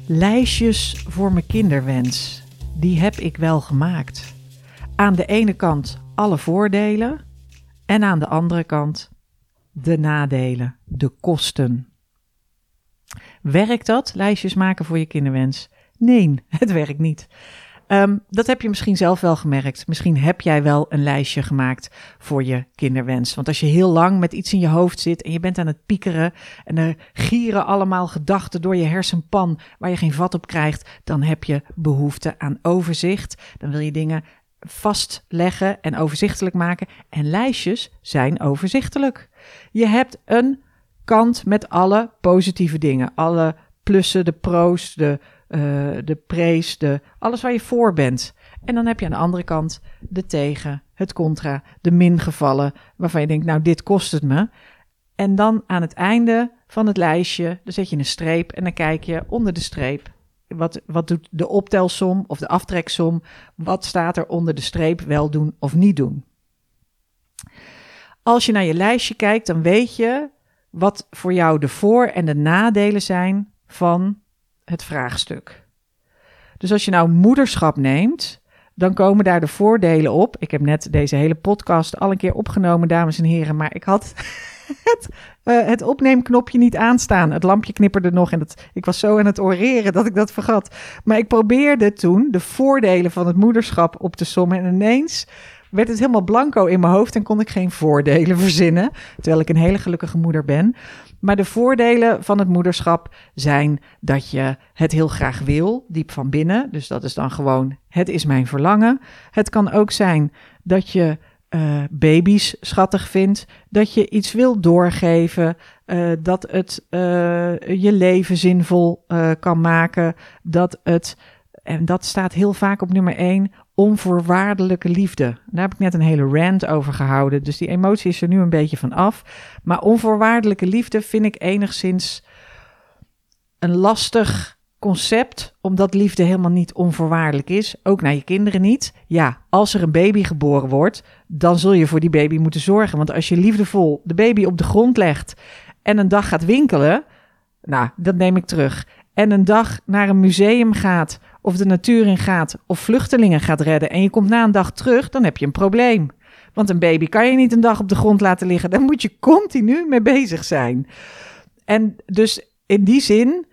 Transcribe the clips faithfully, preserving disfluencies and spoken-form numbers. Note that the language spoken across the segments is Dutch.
Lijstjes voor mijn kinderwens, die heb ik wel gemaakt. Aan de ene kant alle voordelen en aan de andere kant de nadelen, de kosten. Werkt dat, lijstjes maken voor je kinderwens? Nee, het werkt niet. Um, dat heb je misschien zelf wel gemerkt. Misschien heb jij wel een lijstje gemaakt voor je kinderwens. Want als je heel lang met iets in je hoofd zit en je bent aan het piekeren en er gieren allemaal gedachten door je hersenpan waar je geen vat op krijgt, dan heb je behoefte aan overzicht. Dan wil je dingen vastleggen en overzichtelijk maken. En lijstjes zijn overzichtelijk. Je hebt een kant met alle positieve dingen. Alle plussen, de pro's, de Uh, de prees, de, alles waar je voor bent. En dan heb je aan de andere kant de tegen, het contra, de mingevallen, waarvan je denkt, nou, dit kost het me. En dan aan het einde van het lijstje, dan zet je een streep en dan kijk je onder de streep. Wat, wat doet de optelsom of de aftreksom? Wat staat er onder de streep wel doen of niet doen? Als je naar je lijstje kijkt, dan weet je wat voor jou de voor- en de nadelen zijn van het vraagstuk. Dus als je nou moederschap neemt, dan komen daar de voordelen op. Ik heb net deze hele podcast al een keer opgenomen, dames en heren, maar ik had het, uh, het opneemknopje niet aanstaan. Het lampje knipperde nog en dat, ik was zo aan het oreren dat ik dat vergat. Maar ik probeerde toen de voordelen van het moederschap op te sommen en ineens werd het helemaal blanco in mijn hoofd en kon ik geen voordelen verzinnen, terwijl ik een hele gelukkige moeder ben. Maar de voordelen van het moederschap zijn dat je het heel graag wil, diep van binnen. Dus dat is dan gewoon, het is mijn verlangen. Het kan ook zijn dat je uh, baby's schattig vindt, dat je iets wil doorgeven, uh, dat het uh, je leven zinvol uh, kan maken, dat het, en dat staat heel vaak op nummer één, onvoorwaardelijke liefde. Daar heb ik net een hele rant over gehouden, dus die emotie is er nu een beetje van af. Maar onvoorwaardelijke liefde vind ik enigszins een lastig concept, omdat liefde helemaal niet onvoorwaardelijk is. Ook naar je kinderen niet. Ja, als er een baby geboren wordt, dan zul je voor die baby moeten zorgen. Want als je liefdevol de baby op de grond legt en een dag gaat winkelen, nou, dat neem ik terug. En een dag naar een museum gaat, of de natuur in gaat, of vluchtelingen gaat redden en je komt na een dag terug, dan heb je een probleem. Want een baby kan je niet een dag op de grond laten liggen. Daar moet je continu mee bezig zijn. En dus in die zin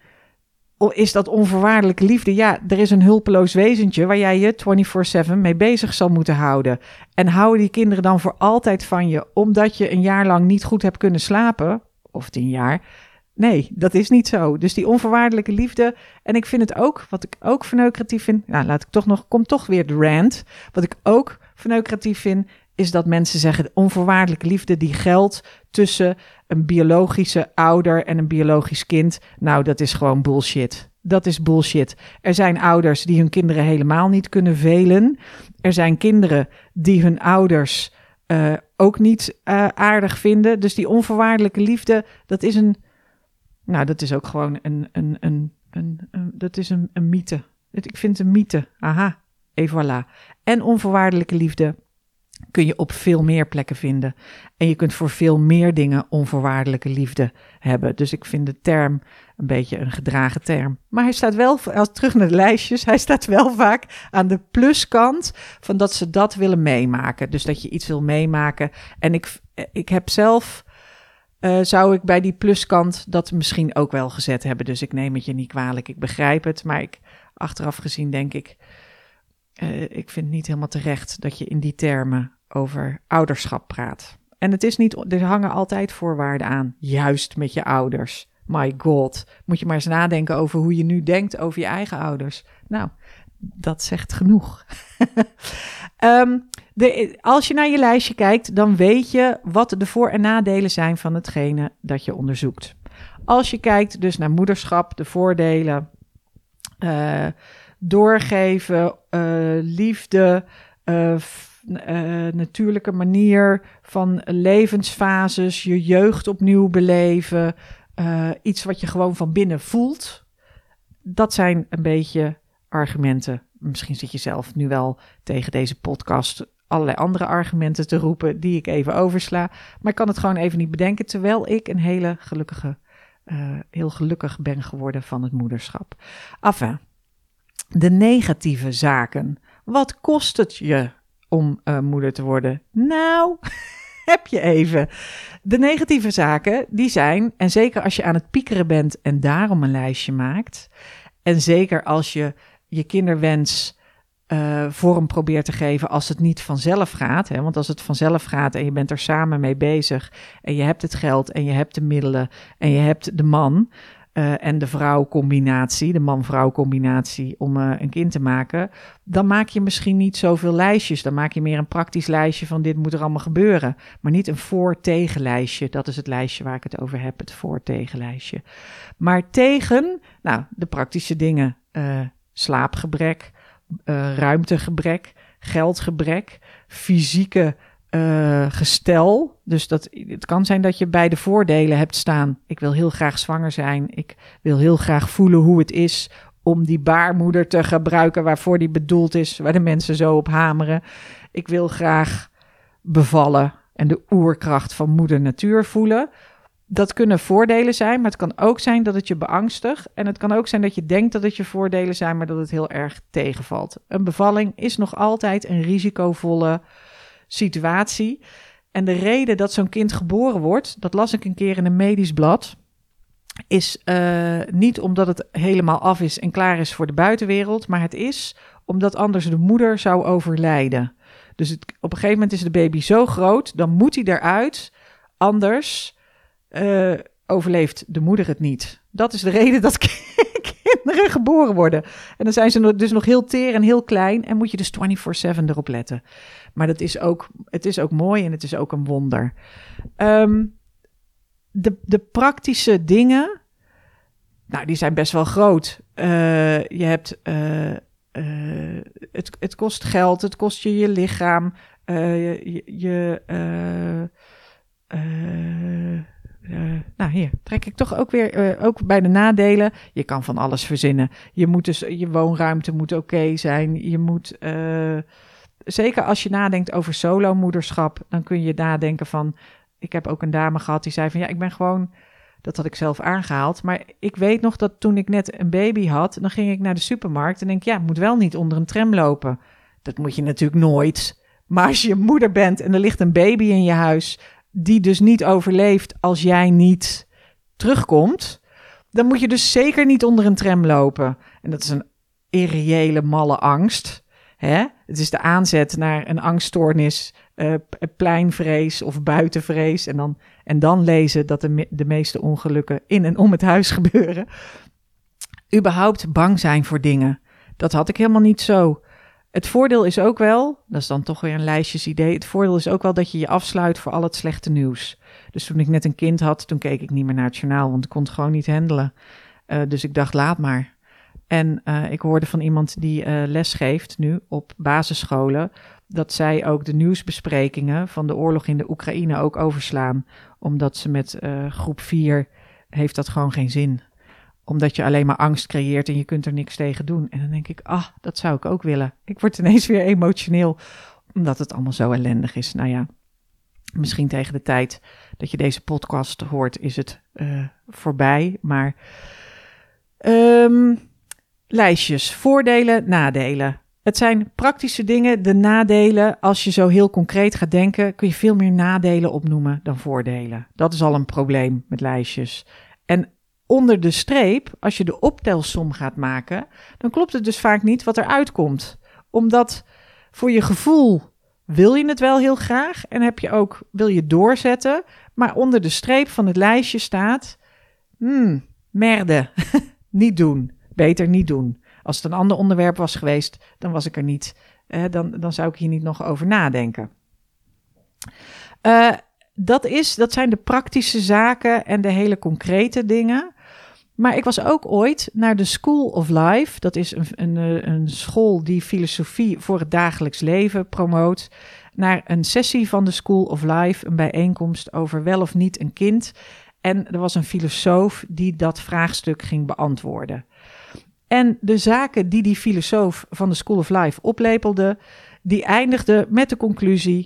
is dat onvoorwaardelijke liefde. Ja, er is een hulpeloos wezentje waar jij je vierentwintig zeven mee bezig zal moeten houden. En houden die kinderen dan voor altijd van je, omdat je een jaar lang niet goed hebt kunnen slapen, of tien jaar. Nee, dat is niet zo. Dus die onvoorwaardelijke liefde. En ik vind het ook, wat ik ook verneukeratief vind. Nou, laat ik toch nog, kom toch weer de rant. Wat ik ook verneukeratief vind, is dat mensen zeggen, onvoorwaardelijke liefde die geldt tussen een biologische ouder en een biologisch kind. Nou, dat is gewoon bullshit. Dat is bullshit. Er zijn ouders die hun kinderen helemaal niet kunnen velen. Er zijn kinderen die hun ouders uh, ook niet uh, aardig vinden. Dus die onvoorwaardelijke liefde, dat is een, nou, dat is ook gewoon een, een, een, een, een dat is een, een mythe. Ik vind het een mythe. Aha, et voilà. En onvoorwaardelijke liefde kun je op veel meer plekken vinden. En je kunt voor veel meer dingen onvoorwaardelijke liefde hebben. Dus ik vind de term een beetje een gedragen term. Maar hij staat wel, als terug naar de lijstjes, hij staat wel vaak aan de pluskant van dat ze dat willen meemaken. Dus dat je iets wil meemaken. En ik, ik heb zelf, uh, zou ik bij die pluskant dat misschien ook wel gezet hebben. Dus ik neem het je niet kwalijk, ik begrijp het. Maar ik, achteraf gezien denk ik, Uh, ik vind het niet helemaal terecht dat je in die termen over ouderschap praat. En het is niet, er hangen altijd voorwaarden aan, juist met je ouders. My god, moet je maar eens nadenken over hoe je nu denkt over je eigen ouders. Nou, dat zegt genoeg. um, de, als je naar je lijstje kijkt, dan weet je wat de voor- en nadelen zijn van hetgene dat je onderzoekt. Als je kijkt dus naar moederschap, de voordelen, Uh, doorgeven, uh, liefde, uh, f, uh, natuurlijke manier van levensfases, je jeugd opnieuw beleven, uh, iets wat je gewoon van binnen voelt. Dat zijn een beetje argumenten. Misschien zit je zelf nu wel tegen deze podcast allerlei andere argumenten te roepen die ik even oversla. Maar ik kan het gewoon even niet bedenken, terwijl ik een hele gelukkige uh, heel gelukkig ben geworden van het moederschap. Enfin, de negatieve zaken. Wat kost het je om uh, moeder te worden? Nou, heb je even. De negatieve zaken, die zijn, en zeker als je aan het piekeren bent en daarom een lijstje maakt, en zeker als je je kinderwens uh, vorm probeert te geven als het niet vanzelf gaat, hè, want als het vanzelf gaat en je bent er samen mee bezig en je hebt het geld en je hebt de middelen en je hebt de man uh, en de vrouw combinatie, de man-vrouw combinatie om uh, een kind te maken, dan maak je misschien niet zoveel lijstjes. Dan maak je meer een praktisch lijstje van dit moet er allemaal gebeuren, maar niet een voor-tegen-lijstje. Dat is het lijstje waar ik het over heb, het voor-tegen-lijstje. Maar tegen, nou, de praktische dingen, uh, slaapgebrek, uh, ruimtegebrek, geldgebrek, fysieke uh, gestel. Dus dat, het kan zijn dat je bij de voordelen hebt staan. Ik wil heel graag zwanger zijn. Ik wil heel graag voelen hoe het is om die baarmoeder te gebruiken waarvoor die bedoeld is, waar de mensen zo op hameren. Ik wil graag bevallen en de oerkracht van moeder natuur voelen. Dat kunnen voordelen zijn, maar het kan ook zijn dat het je beangstigt. En het kan ook zijn dat je denkt dat het je voordelen zijn, maar dat het heel erg tegenvalt. Een bevalling is nog altijd een risicovolle situatie. En de reden dat zo'n kind geboren wordt, dat las ik een keer in een medisch blad, is uh, niet omdat het helemaal af is en klaar is voor de buitenwereld, maar het is omdat anders de moeder zou overlijden. Dus het, op een gegeven moment is de baby zo groot, dan moet hij eruit, anders uh, overleeft de moeder het niet. Dat is de reden dat kinderen geboren worden. En dan zijn ze dus nog heel teer en heel klein en moet je dus vierentwintig zeven erop letten. Maar dat is ook, het is ook mooi en het is ook een wonder. Um, de, de praktische dingen, nou, die zijn best wel groot. Uh, je hebt, uh, uh, het, het kost geld, het kost je je lichaam, uh, je, je uh, uh, Uh, nou, hier trek ik toch ook weer, uh, ook bij de nadelen. Je kan van alles verzinnen. Je moet dus, je woonruimte moet oké okay zijn. Je moet, uh, zeker als je nadenkt over solomoederschap, dan kun je nadenken van, ik heb ook een dame gehad die zei van, ja, ik ben gewoon, dat had ik zelf aangehaald, maar ik weet nog dat toen ik net een baby had, dan ging ik naar de supermarkt en denk, ja, moet wel niet onder een tram lopen. Dat moet je natuurlijk nooit. Maar als je moeder bent en er ligt een baby in je huis, die dus niet overleeft als jij niet terugkomt, dan moet je dus zeker niet onder een tram lopen. En dat is een irreële, malle angst. Hè? Het is de aanzet naar een angststoornis, uh, pleinvrees of buitenvrees. En dan, en dan lezen dat de, me- de meeste ongelukken in en om het huis gebeuren. Überhaupt bang zijn voor dingen. Dat had ik helemaal niet zo. Het voordeel is ook wel, dat is dan toch weer een lijstjesidee, het voordeel is ook wel dat je je afsluit voor al het slechte nieuws. Dus toen ik net een kind had, toen keek ik niet meer naar het journaal, want ik kon het gewoon niet handelen. Uh, dus ik dacht, laat maar. En uh, ik hoorde van iemand die uh, les geeft nu op basisscholen, dat zij ook de nieuwsbesprekingen van de oorlog in de Oekraïne ook overslaan. Omdat ze met uh, groep vier, heeft dat gewoon geen zin. Omdat je alleen maar angst creëert en je kunt er niks tegen doen. En dan denk ik, ah, dat zou ik ook willen. Ik word ineens weer emotioneel, omdat het allemaal zo ellendig is. Nou ja, misschien tegen de tijd dat je deze podcast hoort, is het uh, voorbij. Maar um, lijstjes, voordelen, nadelen. Het zijn praktische dingen. De nadelen, als je zo heel concreet gaat denken, kun je veel meer nadelen opnoemen dan voordelen. Dat is al een probleem met lijstjes. En onder de streep, als je de optelsom gaat maken, dan klopt het dus vaak niet wat er uitkomt. Omdat voor je gevoel wil je het wel heel graag en heb je ook, wil je doorzetten, maar onder de streep van het lijstje staat, hmm, merde, niet doen, beter niet doen. Als het een ander onderwerp was geweest, dan was ik er niet, eh, dan, dan zou ik hier niet nog over nadenken. Uh, dat, is, dat zijn de praktische zaken en de hele concrete dingen. Maar ik was ook ooit naar de School of Life. Dat is een, een, een school die filosofie voor het dagelijks leven promoot. Naar een sessie van de School of Life, een bijeenkomst over wel of niet een kind. En er was een filosoof die dat vraagstuk ging beantwoorden. En de zaken die die filosoof van de School of Life oplepelde, die eindigde met de conclusie,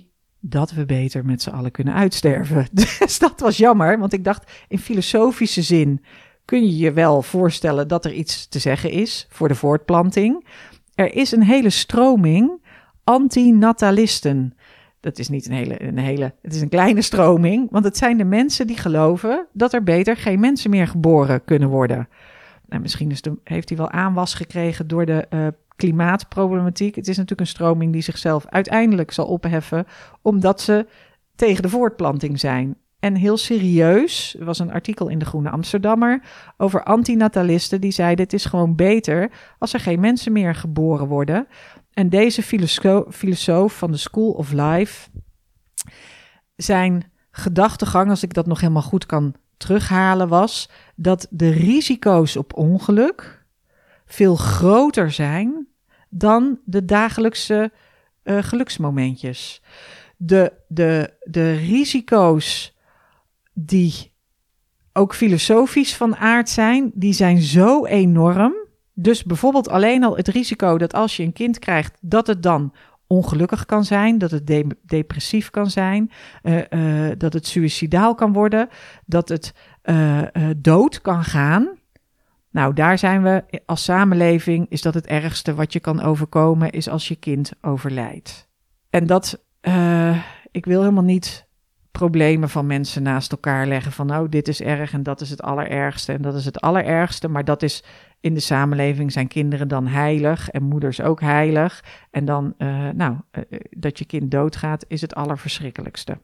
dat we beter met z'n allen kunnen uitsterven. Dus dat was jammer, want ik dacht, in filosofische zin kun je je wel voorstellen dat er iets te zeggen is voor de voortplanting. Er is een hele stroming antinatalisten. Dat is niet een hele, een hele, het is een kleine stroming, want het zijn de mensen die geloven dat er beter geen mensen meer geboren kunnen worden. Nou, misschien is de, heeft hij wel aanwas gekregen door de uh, klimaatproblematiek. Het is natuurlijk een stroming die zichzelf uiteindelijk zal opheffen, omdat ze tegen de voortplanting zijn. En heel serieus, er was een artikel in de Groene Amsterdammer over antinatalisten die zeiden het is gewoon beter als er geen mensen meer geboren worden. En deze filoso- filosoof van de School of Life, zijn gedachtegang, als ik dat nog helemaal goed kan terughalen, was dat de risico's op ongeluk veel groter zijn dan de dagelijkse uh, geluksmomentjes. De, de, de risico's die ook filosofisch van aard zijn, die zijn zo enorm. Dus bijvoorbeeld alleen al het risico dat als je een kind krijgt, dat het dan ongelukkig kan zijn, dat het de- depressief kan zijn, uh, uh, dat het suïcidaal kan worden, dat het uh, uh, dood kan gaan. Nou, daar zijn we als samenleving, is dat het ergste wat je kan overkomen, is als je kind overlijdt. En dat, uh, ik wil helemaal niet problemen van mensen naast elkaar leggen van nou, dit is erg en dat is het allerergste en dat is het allerergste, maar dat is in de samenleving zijn kinderen dan heilig en moeders ook heilig en dan, uh, nou, uh, dat je kind doodgaat is het allerverschrikkelijkste.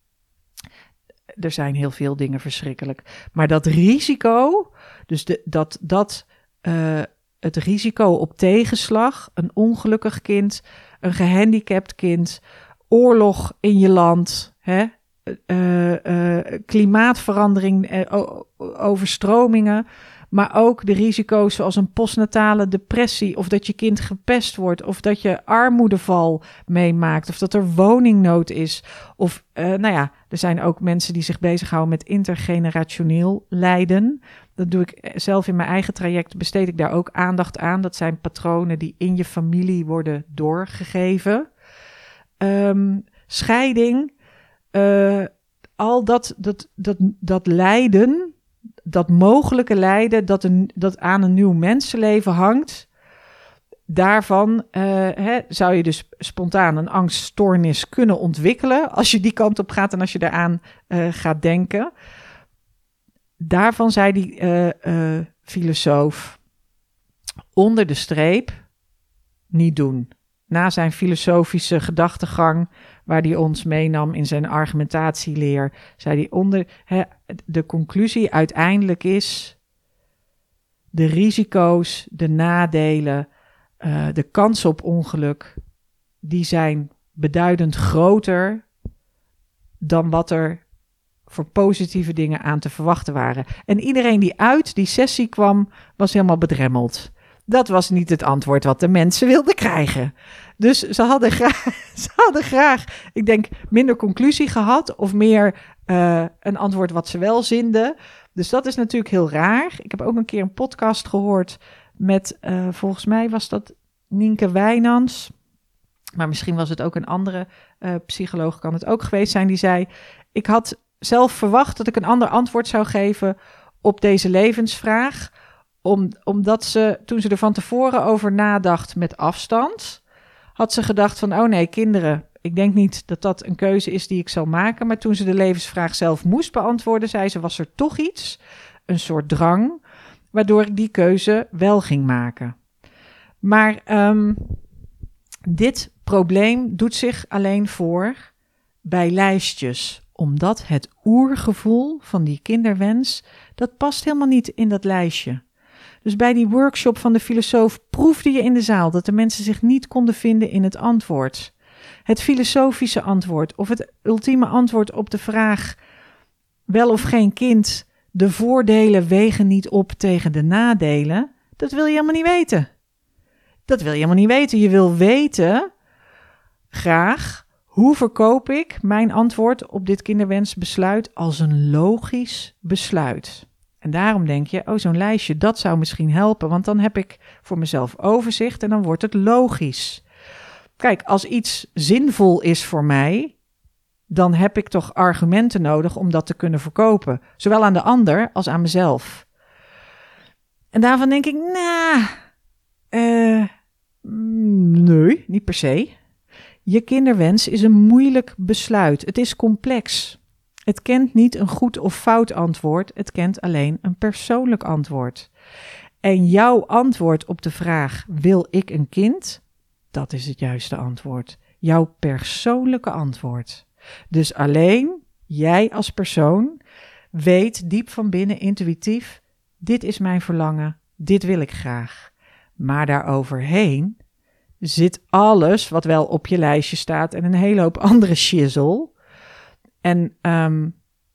Er zijn heel veel dingen verschrikkelijk, maar dat risico, dus de, dat, dat uh, het risico op tegenslag, een ongelukkig kind, een gehandicapt kind, oorlog in je land, hè? Uh, uh, klimaatverandering, uh, o- overstromingen, maar ook de risico's zoals een postnatale depressie, of dat je kind gepest wordt, of dat je armoedeval meemaakt, of dat er woningnood is. Of, uh, nou ja, er zijn ook mensen die zich bezighouden met intergenerationeel lijden. Dat doe ik zelf in mijn eigen traject, besteed ik daar ook aandacht aan. Dat zijn patronen die in je familie worden doorgegeven. Um, scheiding. Uh, al dat, dat, dat, dat lijden, dat mogelijke lijden dat, een, dat aan een nieuw mensenleven hangt, daarvan uh, hè, zou je dus spontaan een angststoornis kunnen ontwikkelen als je die kant op gaat en als je daaraan uh, gaat denken. Daarvan zei die uh, uh, filosoof, onder de streep, niet doen. Na zijn filosofische gedachtegang, waar hij ons meenam in zijn argumentatieleer, zei hij onder, hè, de conclusie uiteindelijk is, de risico's, de nadelen, uh, de kans op ongeluk, die zijn beduidend groter dan wat er voor positieve dingen aan te verwachten waren. En iedereen die uit die sessie kwam, was helemaal bedremmeld. Dat was niet het antwoord wat de mensen wilden krijgen. Dus ze hadden graag, ze hadden graag ik denk, minder conclusie gehad of meer uh, een antwoord wat ze wel zinden. Dus dat is natuurlijk heel raar. Ik heb ook een keer een podcast gehoord met, uh, volgens mij was dat Nienke Wijnands. Maar misschien was het ook een andere uh, psycholoog, kan het ook geweest zijn, die zei, ik had zelf verwacht dat ik een ander antwoord zou geven op deze levensvraag, Om, omdat ze, toen ze er van tevoren over nadacht met afstand, had ze gedacht van, oh nee, kinderen, ik denk niet dat dat een keuze is die ik zal maken. Maar toen ze de levensvraag zelf moest beantwoorden, zei ze, was er toch iets, een soort drang, waardoor ik die keuze wel ging maken. Maar um, dit probleem doet zich alleen voor bij lijstjes, omdat het oergevoel van die kinderwens, dat past helemaal niet in dat lijstje. Dus bij die workshop van de filosoof proefde je in de zaal dat de mensen zich niet konden vinden in het antwoord. Het filosofische antwoord of het ultieme antwoord op de vraag, wel of geen kind, de voordelen wegen niet op tegen de nadelen, dat wil je helemaal niet weten. Dat wil je helemaal niet weten. Je wil weten, graag, hoe verkoop ik mijn antwoord op dit kinderwensbesluit als een logisch besluit. En daarom denk je, oh, zo'n lijstje, dat zou misschien helpen, want dan heb ik voor mezelf overzicht en dan wordt het logisch. Kijk, als iets zinvol is voor mij, dan heb ik toch argumenten nodig om dat te kunnen verkopen. Zowel aan de ander als aan mezelf. En daarvan denk ik, nou, uh, nee, niet per se. Je kinderwens is een moeilijk besluit. Het is complex. Het kent niet een goed of fout antwoord. Het kent alleen een persoonlijk antwoord. En jouw antwoord op de vraag, wil ik een kind? Dat is het juiste antwoord. Jouw persoonlijke antwoord. Dus alleen jij als persoon weet diep van binnen intuïtief, dit is mijn verlangen, dit wil ik graag. Maar daaroverheen zit alles wat wel op je lijstje staat en een hele hoop andere shizzle. En um,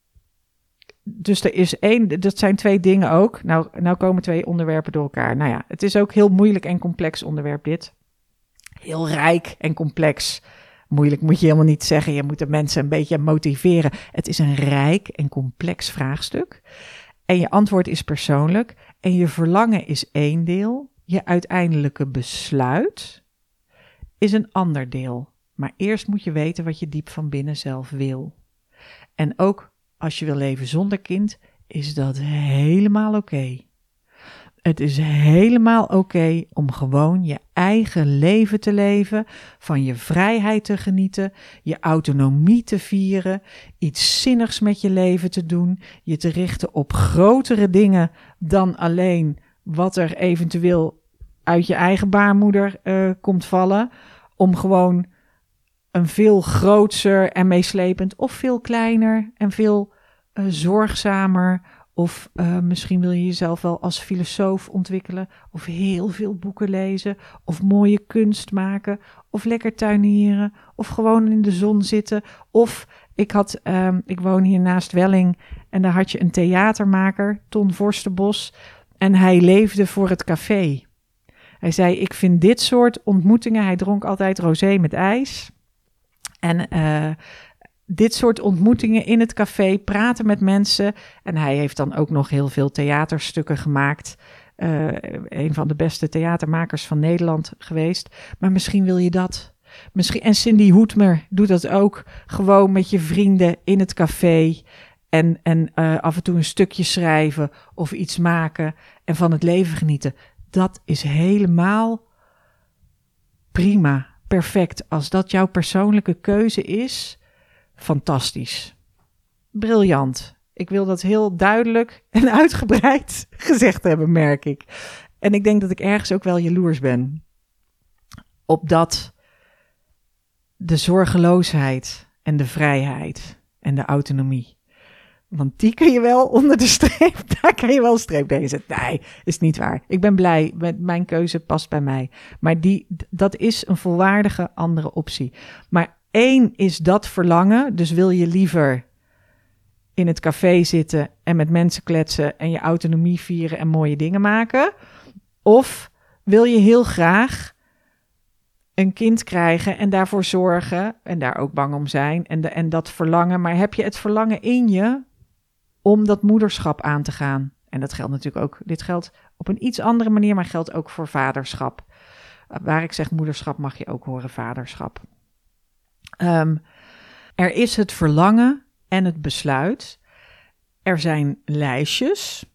dus er is één, dat zijn twee dingen ook. Nou, nou komen twee onderwerpen door elkaar. Nou ja, het is ook heel moeilijk en complex onderwerp dit. Heel rijk en complex. Moeilijk moet je helemaal niet zeggen. Je moet de mensen een beetje motiveren. Het is een rijk en complex vraagstuk. En je antwoord is persoonlijk. En je verlangen is één deel. Je uiteindelijke besluit is een ander deel. Maar eerst moet je weten wat je diep van binnen zelf wil. En ook als je wil leven zonder kind, is dat helemaal oké. Okay. Het is helemaal oké okay om gewoon je eigen leven te leven, van je vrijheid te genieten, je autonomie te vieren, iets zinnigs met je leven te doen, je te richten op grotere dingen dan alleen wat er eventueel uit je eigen baarmoeder uh, komt vallen, om gewoon een veel grootser en meeslepend of veel kleiner en veel uh, zorgzamer of uh, misschien wil je jezelf wel als filosoof ontwikkelen of heel veel boeken lezen of mooie kunst maken of lekker tuinieren of gewoon in de zon zitten. Of ik had, um, ik woon hier naast Welling en daar had je een theatermaker, Ton Vorstenbos, en hij leefde voor het café. Hij zei, ik vind dit soort ontmoetingen, hij dronk altijd rosé met ijs. En uh, dit soort ontmoetingen in het café, praten met mensen. En hij heeft dan ook nog heel veel theaterstukken gemaakt. Uh, een van de beste theatermakers van Nederland geweest. Maar misschien wil je dat. Misschien, en Cindy Hoetmer doet dat ook. Gewoon met je vrienden in het café. En, en uh, af en toe een stukje schrijven of iets maken. En van het leven genieten. Dat is helemaal prima. Perfect. Als dat jouw persoonlijke keuze is, fantastisch. Briljant. Ik wil dat heel duidelijk en uitgebreid gezegd hebben, merk ik. En ik denk dat ik ergens ook wel jaloers ben. Op dat de zorgeloosheid en de vrijheid en de autonomie. Want die kun je wel onder de streep, daar kan je wel een streep tegen zetten. Nee, is niet waar. Ik ben blij, met mijn keuze past bij mij. Maar die, dat is een volwaardige andere optie. Maar één is dat verlangen. Dus wil je liever in het café zitten en met mensen kletsen en je autonomie vieren en mooie dingen maken? Of wil je heel graag een kind krijgen en daarvoor zorgen en daar ook bang om zijn en, de, en dat verlangen. Maar heb je het verlangen in je om dat moederschap aan te gaan? En dat geldt natuurlijk ook, dit geldt op een iets andere manier, maar geldt ook voor vaderschap. Waar ik zeg moederschap mag je ook horen vaderschap. Um, er is het verlangen en het besluit. Er zijn lijstjes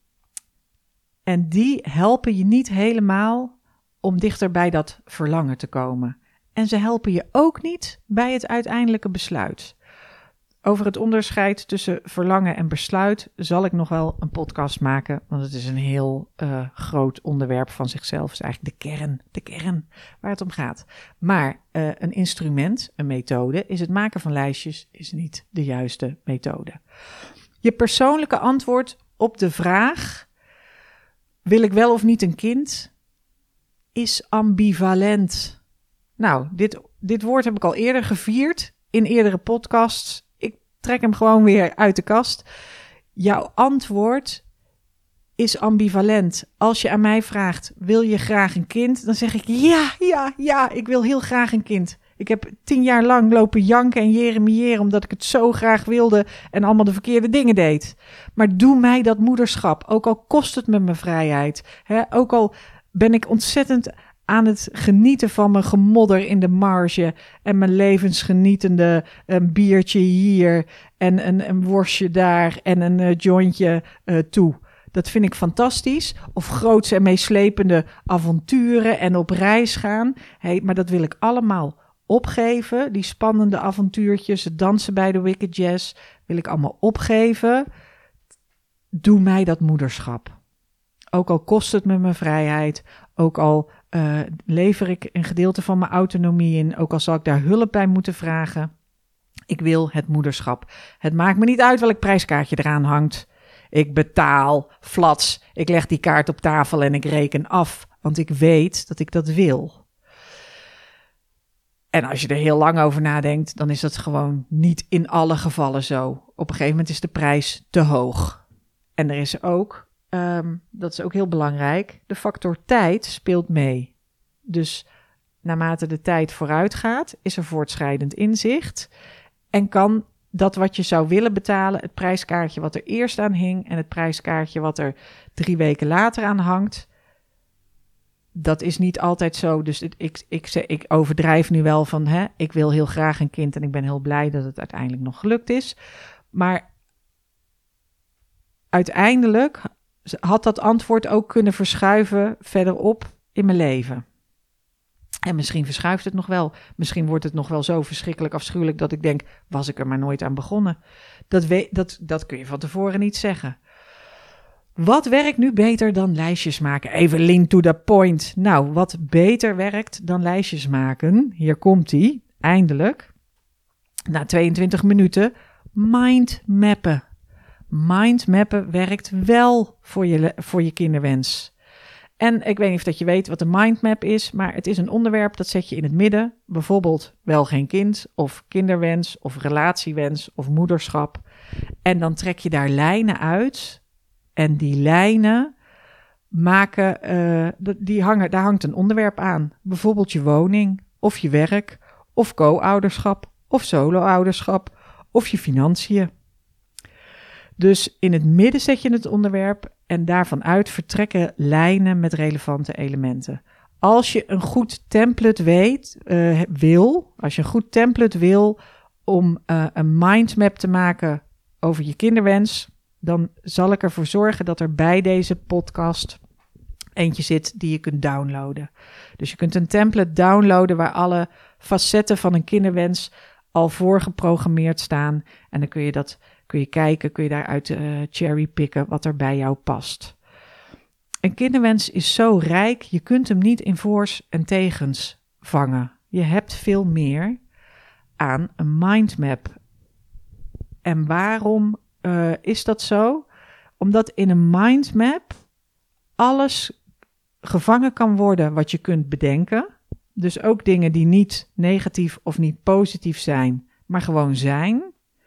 en die helpen je niet helemaal om dichter bij dat verlangen te komen. En ze helpen je ook niet bij het uiteindelijke besluit. Over het onderscheid tussen verlangen en besluit zal ik nog wel een podcast maken, want het is een heel uh, groot onderwerp van zichzelf. Het is eigenlijk de kern, de kern waar het om gaat. Maar uh, een instrument, een methode, is het maken van lijstjes, is niet de juiste methode. Je persoonlijke antwoord op de vraag, wil ik wel of niet een kind, is ambivalent. Nou, dit, dit woord heb ik al eerder gevierd in eerdere podcasts. Ik trek hem gewoon weer uit de kast. Jouw antwoord is ambivalent. Als je aan mij vraagt, wil je graag een kind? Dan zeg ik ja, ja, ja, ik wil heel graag een kind. Ik heb tien jaar lang lopen janken en jeremiëren omdat ik het zo graag wilde en allemaal de verkeerde dingen deed. Maar doe mij dat moederschap, ook al kost het me mijn vrijheid. Hè? Ook al ben ik ontzettend aan het genieten van mijn gemodder in de marge en mijn levensgenietende een biertje hier en een, een worstje daar en een uh, jointje uh, toe. Dat vind ik fantastisch. Of grootse en meeslepende avonturen en op reis gaan. Hey, maar dat wil ik allemaal opgeven. Die spannende avontuurtjes, het dansen bij de Wicked Jazz, wil ik allemaal opgeven. Doe mij dat moederschap. Ook al kost het me mijn vrijheid, ook al uh, lever ik een gedeelte van mijn autonomie in, ook al zal ik daar hulp bij moeten vragen. Ik wil het moederschap. Het maakt me niet uit welk prijskaartje eraan hangt. Ik betaal, flats, ik leg die kaart op tafel en ik reken af, want ik weet dat ik dat wil. En als je er heel lang over nadenkt, dan is dat gewoon niet in alle gevallen zo. Op een gegeven moment is de prijs te hoog. En er is ook, um, dat is ook heel belangrijk, de factor tijd speelt mee. Dus naarmate de tijd vooruit gaat, is er voortschrijdend inzicht en kan dat wat je zou willen betalen, het prijskaartje wat er eerst aan hing en het prijskaartje wat er drie weken later aan hangt, dat is niet altijd zo. Dus ik, ik, ik, ik overdrijf nu wel van, hè, ik wil heel graag een kind en ik ben heel blij dat het uiteindelijk nog gelukt is. Maar uiteindelijk had dat antwoord ook kunnen verschuiven verderop in mijn leven. En misschien verschuift het nog wel. Misschien wordt het nog wel zo verschrikkelijk afschuwelijk dat ik denk, was ik er maar nooit aan begonnen. Dat, we, dat, dat kun je van tevoren niet zeggen. Wat werkt nu beter dan lijstjes maken? Even lean to the point. Nou, wat beter werkt dan lijstjes maken? Hier komt-ie, eindelijk. Na tweeëntwintig minuten, mindmappen. Mindmappen werkt wel voor je, voor je kinderwens. En ik weet niet of dat je weet wat een mindmap is, maar het is een onderwerp dat zet je in het midden. Bijvoorbeeld wel geen kind, of kinderwens, of relatiewens, of moederschap. En dan trek je daar lijnen uit. En die lijnen maken, uh, die hangen, daar hangt een onderwerp aan. Bijvoorbeeld je woning, of je werk, of co-ouderschap, of solo-ouderschap, of je financiën. Dus in het midden zet je het onderwerp en daarvan uit vertrekken lijnen met relevante elementen. Als je een goed template weet, uh, wil, als je een goed template wil om uh, een mindmap te maken over je kinderwens, dan zal ik ervoor zorgen dat er bij deze podcast eentje zit die je kunt downloaden. Dus je kunt een template downloaden waar alle facetten van een kinderwens al voorgeprogrammeerd staan. En dan kun je dat kun je kijken, kun je daaruit uh, cherrypicken wat er bij jou past. Een kinderwens is zo rijk, je kunt hem niet in voors en tegens vangen. Je hebt veel meer aan een mindmap. En waarom uh, is dat zo? Omdat in een mindmap alles gevangen kan worden wat je kunt bedenken. Dus ook dingen die niet negatief of niet positief zijn, maar gewoon zijn.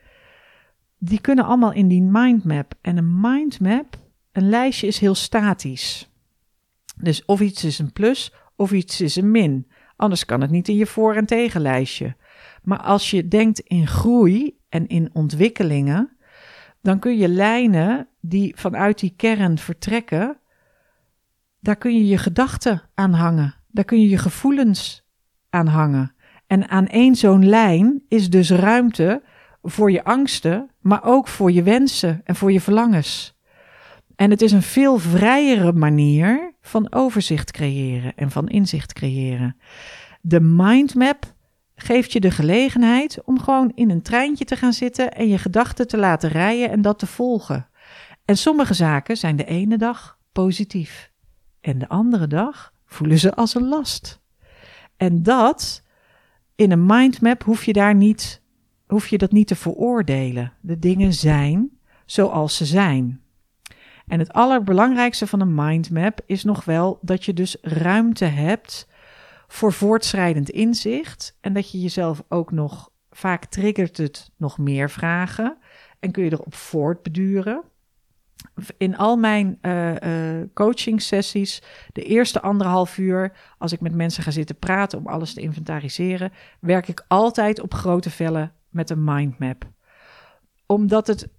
Die kunnen allemaal in die mindmap. En een mindmap, een lijstje is heel statisch. Dus of iets is een plus of iets is een min. Anders kan het niet in je voor- en tegenlijstje. Maar als je denkt in groei en in ontwikkelingen, dan kun je lijnen die vanuit die kern vertrekken, daar kun je je gedachten aan hangen. Daar kun je je gevoelens aan hangen. En aan één zo'n lijn is dus ruimte voor je angsten, maar ook voor je wensen en voor je verlangens. En het is een veel vrijere manier van overzicht creëren en van inzicht creëren. De mindmap geeft je de gelegenheid om gewoon in een treintje te gaan zitten en je gedachten te laten rijden en dat te volgen. En sommige zaken zijn de ene dag positief en de andere dag voelen ze als een last. En dat, in een mindmap hoef je daar niet hoef je dat niet te veroordelen. De dingen zijn zoals ze zijn. En het allerbelangrijkste van een mindmap is nog wel dat je dus ruimte hebt voor voortschrijdend inzicht en dat je jezelf ook nog, vaak triggert het nog meer vragen en kun je erop voortbeduren. In al mijn uh, uh, coaching sessies, de eerste anderhalf uur, als ik met mensen ga zitten praten om alles te inventariseren, werk ik altijd op grote vellen met een mindmap. Omdat het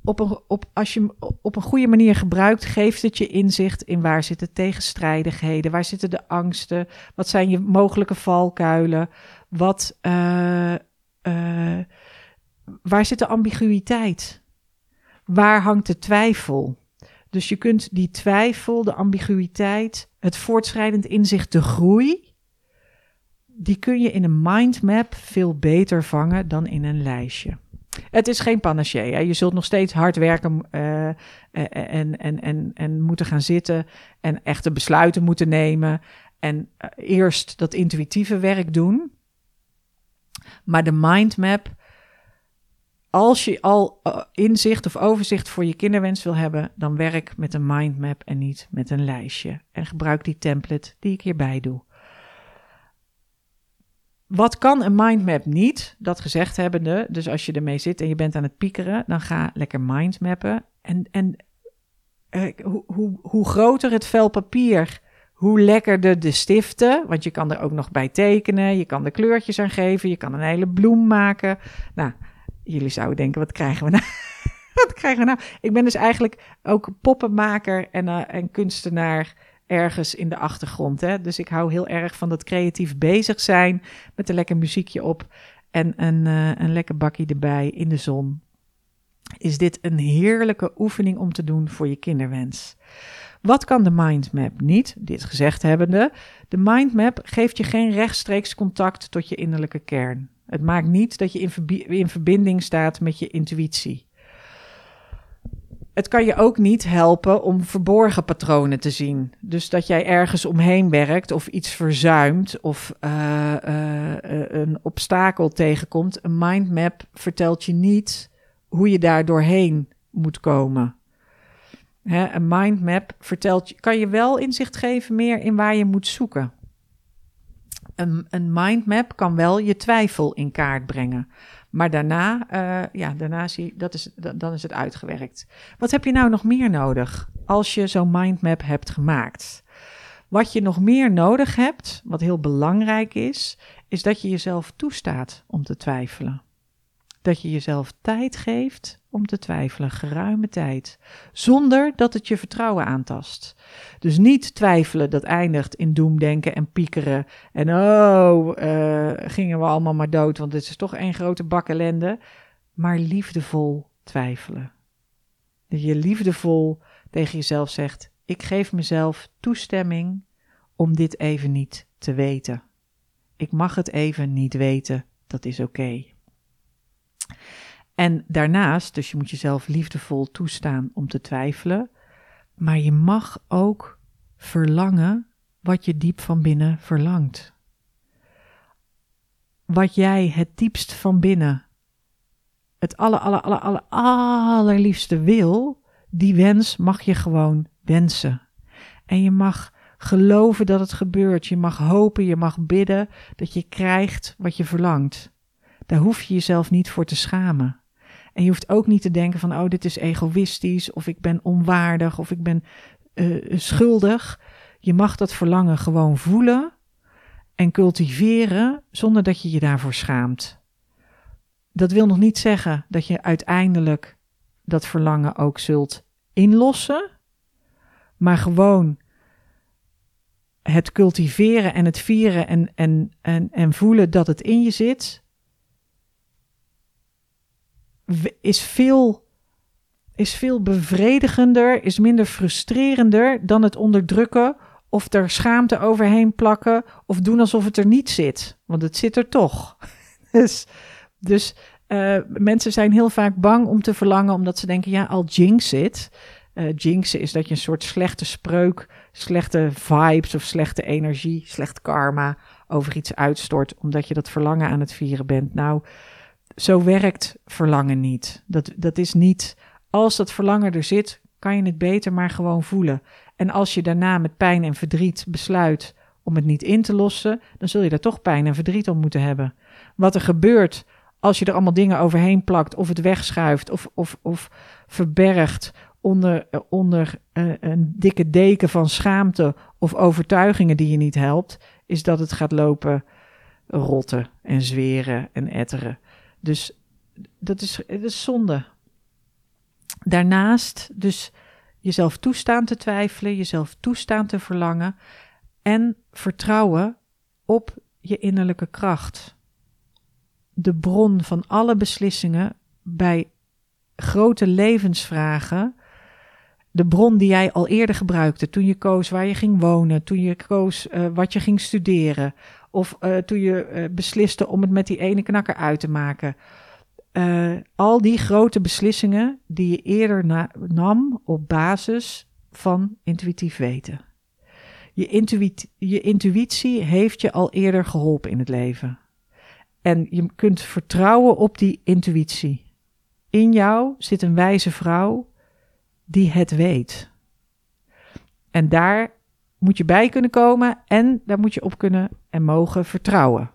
op een, op, als je hem op een goede manier gebruikt, geeft het je inzicht in waar zitten tegenstrijdigheden, waar zitten de angsten, wat zijn je mogelijke valkuilen, wat, uh, uh, waar zit de ambiguïteit, waar hangt de twijfel. Dus je kunt die twijfel, de ambiguïteit, het voortschrijdend inzicht, de groei, die kun je in een mindmap veel beter vangen dan in een lijstje. Het is geen panacé. Hè? Je zult nog steeds hard werken uh, en, en, en, en moeten gaan zitten en echte besluiten moeten nemen. En uh, eerst dat intuïtieve werk doen. Maar de mindmap, als je al uh, inzicht of overzicht voor je kinderwens wil hebben, dan werk met een mindmap en niet met een lijstje. En gebruik die template die ik hierbij doe. Wat kan een mindmap niet? Dat gezegd hebbende, dus als je ermee zit en je bent aan het piekeren, dan ga lekker mindmappen. En, en uh, hoe, hoe, hoe groter het vel papier, hoe lekkerder de stiften. Want je kan er ook nog bij tekenen, je kan er kleurtjes aan geven, je kan een hele bloem maken. Nou, jullie zouden denken, wat krijgen we nou? Wat krijgen we nou? Ik ben dus eigenlijk ook poppenmaker en, uh, en kunstenaar ergens in de achtergrond. Hè? Dus ik hou heel erg van dat creatief bezig zijn met een lekker muziekje op en een, uh, een lekker bakkie erbij in de zon. Is dit een heerlijke oefening om te doen voor je kinderwens. Wat kan de mindmap niet? Dit gezegd hebbende, de mindmap geeft je geen rechtstreeks contact tot je innerlijke kern. Het maakt niet dat je in, verbi- in verbinding staat met je intuïtie. Het kan je ook niet helpen om verborgen patronen te zien. Dus dat jij ergens omheen werkt of iets verzuimt of uh, uh, uh, een obstakel tegenkomt. Een mindmap vertelt je niet hoe je daar doorheen moet komen. Hè, een mindmap vertelt je, kan je wel inzicht geven meer in waar je moet zoeken. Een, een mindmap kan wel je twijfel in kaart brengen. Maar daarna, uh, ja, daarna zie je, dat is, dan is het uitgewerkt. Wat heb je nou nog meer nodig als je zo'n mindmap hebt gemaakt? Wat je nog meer nodig hebt, wat heel belangrijk is, is dat je jezelf toestaat om te twijfelen. Dat je jezelf tijd geeft om te twijfelen, geruime tijd, zonder dat het je vertrouwen aantast. Dus niet twijfelen, dat eindigt in doemdenken en piekeren. En oh, uh, gingen we allemaal maar dood, want dit is toch één grote bak ellende. Maar liefdevol twijfelen. Dat je liefdevol tegen jezelf zegt, ik geef mezelf toestemming om dit even niet te weten. Ik mag het even niet weten, dat is oké. Okay. En daarnaast, dus je moet jezelf liefdevol toestaan om te twijfelen, maar je mag ook verlangen wat je diep van binnen verlangt. Wat jij het diepst van binnen, het aller, aller, aller, aller, allerliefste wil, die wens mag je gewoon wensen. En je mag geloven dat het gebeurt, je mag hopen, je mag bidden dat je krijgt wat je verlangt. Daar hoef je jezelf niet voor te schamen. En je hoeft ook niet te denken van, oh, dit is egoïstisch, of ik ben onwaardig, of ik ben uh, schuldig. Je mag dat verlangen gewoon voelen en cultiveren, zonder dat je je daarvoor schaamt. Dat wil nog niet zeggen dat je uiteindelijk dat verlangen ook zult inlossen, maar gewoon het cultiveren en het vieren en, en, en, en voelen dat het in je zit, is veel, is veel bevredigender, is minder frustrerender dan het onderdrukken of er schaamte overheen plakken of doen alsof het er niet zit. Want het zit er toch. dus dus uh, mensen zijn heel vaak bang om te verlangen omdat ze denken, ja, al jinx it. Uh, jinxen is dat je een soort slechte spreuk, slechte vibes of slechte energie, slecht karma over iets uitstort omdat je dat verlangen aan het vieren bent. Nou, zo werkt verlangen niet. Dat, dat is niet, als dat verlangen er zit, kan je het beter maar gewoon voelen. En als je daarna met pijn en verdriet besluit om het niet in te lossen, dan zul je daar toch pijn en verdriet om moeten hebben. Wat er gebeurt als je er allemaal dingen overheen plakt of het wegschuift of, of, of verbergt onder, onder uh, een dikke deken van schaamte of overtuigingen die je niet helpt, is dat het gaat lopen rotten en zweren en etteren. Dus dat is, dat is zonde. Daarnaast dus jezelf toestaan te twijfelen, jezelf toestaan te verlangen en vertrouwen op je innerlijke kracht. De bron van alle beslissingen bij grote levensvragen, de bron die jij al eerder gebruikte toen je koos waar je ging wonen, toen je koos uh, wat je ging studeren of uh, toen je uh, besliste om het met die ene knakker uit te maken. Uh, al die grote beslissingen die je eerder na- nam op basis van intuïtief weten. Je, intuït- je intuïtie heeft je al eerder geholpen in het leven. En je kunt vertrouwen op die intuïtie. In jou zit een wijze vrouw die het weet. En daar moet je bij kunnen komen en daar moet je op kunnen en mogen vertrouwen.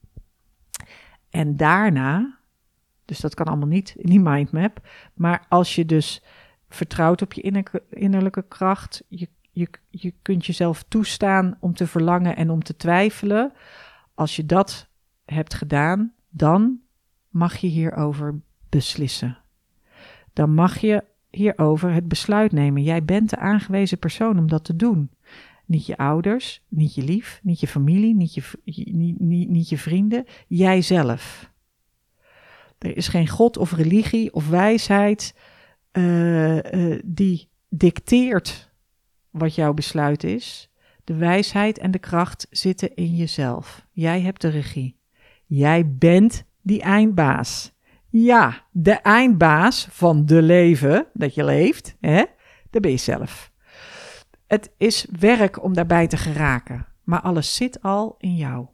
En daarna, dus dat kan allemaal niet in die mindmap, maar als je dus vertrouwt op je innerlijke, innerlijke kracht, je, je, je kunt jezelf toestaan om te verlangen en om te twijfelen. Als je dat hebt gedaan, dan mag je hierover beslissen. Dan mag je hierover het besluit nemen. Jij bent de aangewezen persoon om dat te doen. Niet je ouders, niet je lief, niet je familie, niet je, niet, niet, niet je vrienden, jijzelf. Er is geen God of religie of wijsheid uh, uh, die dicteert wat jouw besluit is. De wijsheid en de kracht zitten in jezelf. Jij hebt de regie. Jij bent die eindbaas. Ja, de eindbaas van de leven dat je leeft, hè? Dat ben je zelf. Het is werk om daarbij te geraken, maar alles zit al in jou.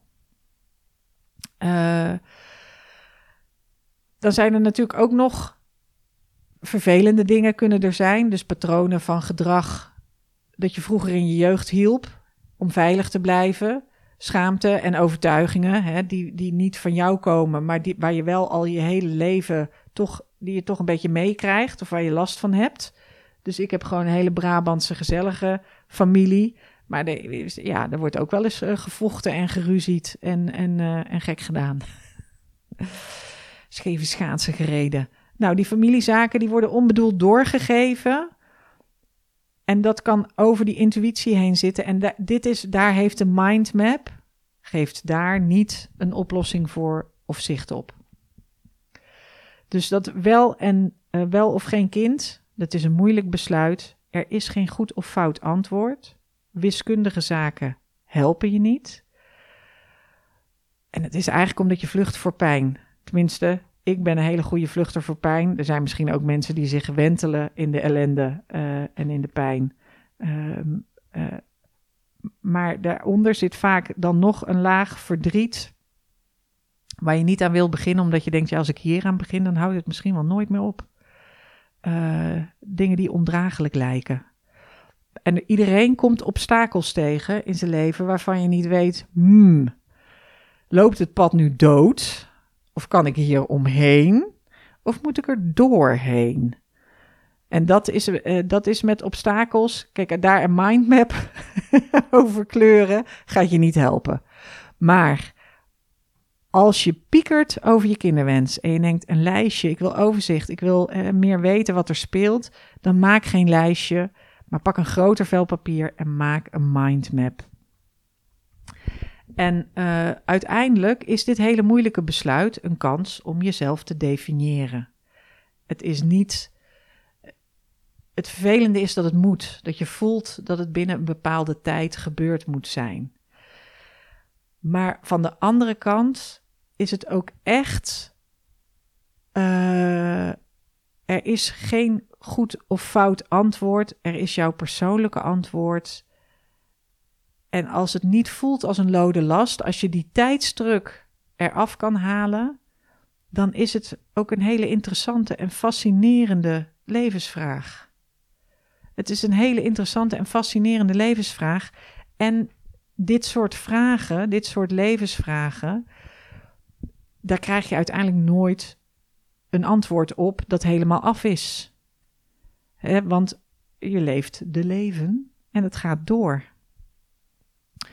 Uh, dan zijn er natuurlijk ook nog vervelende dingen kunnen er zijn. Dus patronen van gedrag dat je vroeger in je jeugd hielp om veilig te blijven. Schaamte en overtuigingen hè, die, die niet van jou komen, maar die, waar je wel al je hele leven toch, die je toch een beetje meekrijgt of waar je last van hebt. Dus ik heb gewoon een hele Brabantse gezellige familie. Maar de, ja, er wordt ook wel eens uh, gevochten en geruzied en, en, uh, en gek gedaan. Scheve schaatsen gereden. Nou, die familiezaken die worden onbedoeld doorgegeven. En dat kan over die intuïtie heen zitten. En da- dit is, daar heeft de mindmap, geeft daar niet een oplossing voor of zicht op. Dus dat wel en uh, wel of geen kind, dat is een moeilijk besluit. Er is geen goed of fout antwoord. Wiskundige zaken helpen je niet. En het is eigenlijk omdat je vlucht voor pijn. Tenminste, ik ben een hele goede vluchter voor pijn. Er zijn misschien ook mensen die zich wentelen in de ellende uh, en in de pijn. Uh, uh, maar daaronder zit vaak dan nog een laag verdriet waar je niet aan wil beginnen, omdat je denkt, ja, als ik hier aan begin, dan houdt het misschien wel nooit meer op. Uh, dingen die ondraaglijk lijken. En iedereen komt obstakels tegen in zijn leven waarvan je niet weet, hmm, loopt het pad nu dood? Of kan ik hier omheen? Of moet ik er doorheen? En dat is, uh, dat is met obstakels. Kijk, daar een mindmap over kleuren gaat je niet helpen. Maar als je piekert over je kinderwens en je denkt een lijstje, ik wil overzicht, ik wil uh, meer weten wat er speelt, dan maak geen lijstje, maar pak een groter vel papier en maak een mindmap. En uh, uiteindelijk is dit hele moeilijke besluit een kans om jezelf te definiëren. Het is niet... Het vervelende is dat het moet. Dat je voelt dat het binnen een bepaalde tijd gebeurd moet zijn. Maar van de andere kant is het ook echt... Uh, er is geen goed of fout antwoord. Er is jouw persoonlijke antwoord. En als het niet voelt als een lode last, als je die tijdsdruk eraf kan halen, dan is het ook een hele interessante en fascinerende levensvraag. Het is een hele interessante en fascinerende levensvraag. En dit soort vragen, dit soort levensvragen, daar krijg je uiteindelijk nooit een antwoord op dat helemaal af is. He, want je leeft de leven en het gaat door.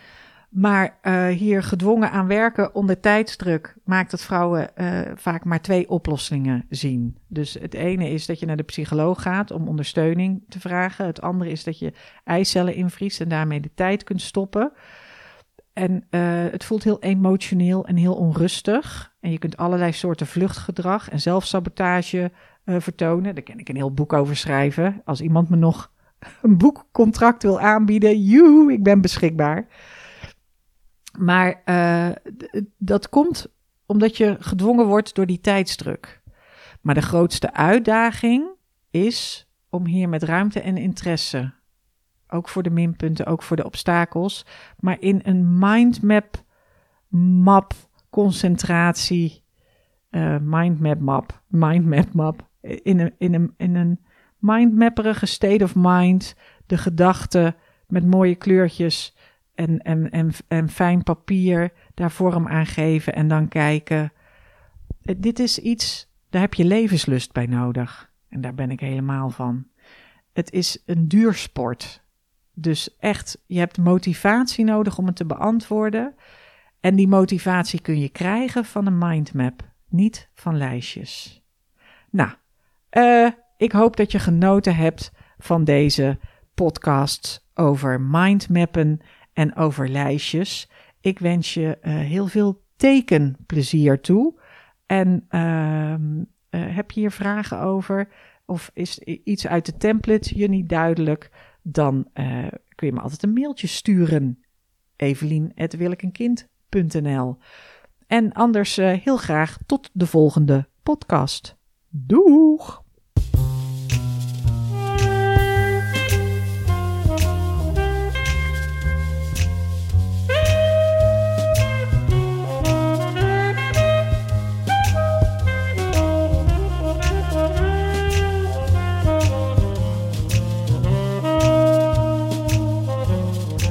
Maar uh, hier gedwongen aan werken onder tijdsdruk maakt dat vrouwen uh, vaak maar twee oplossingen zien. Dus het ene is dat je naar de psycholoog gaat om ondersteuning te vragen. Het andere is dat je eicellen invriest en daarmee de tijd kunt stoppen. En uh, het voelt heel emotioneel en heel onrustig. En je kunt allerlei soorten vluchtgedrag en zelfsabotage uh, vertonen. Daar kan ik een heel boek over schrijven. Als iemand me nog een boekcontract wil aanbieden, joe, ik ben beschikbaar. Maar uh, d- dat komt omdat je gedwongen wordt door die tijdsdruk. Maar de grootste uitdaging is om hier met ruimte en interesse, ook voor de minpunten, ook voor de obstakels, maar in een mindmap map concentratie, uh, mindmap map, mindmap map, in een, in een, in een mindmapperige state of mind, de gedachten met mooie kleurtjes en, en, en, en fijn papier daar vorm aan geven en dan kijken. Dit is iets, daar heb je levenslust bij nodig. En daar ben ik helemaal van. Het is een duursport. Dus echt, je hebt motivatie nodig om het te beantwoorden. En die motivatie kun je krijgen van een mindmap, niet van lijstjes. Nou, uh, ik hoop dat je genoten hebt van deze podcast over mindmappen en over lijstjes. Ik wens je uh, heel veel tekenplezier toe. En uh, uh, heb je hier vragen over? Of is iets uit de template je niet duidelijk? Dan uh, kun je me altijd een mailtje sturen. evelien at willekenkind punt n l. En anders uh, heel graag tot de volgende podcast. Doeg!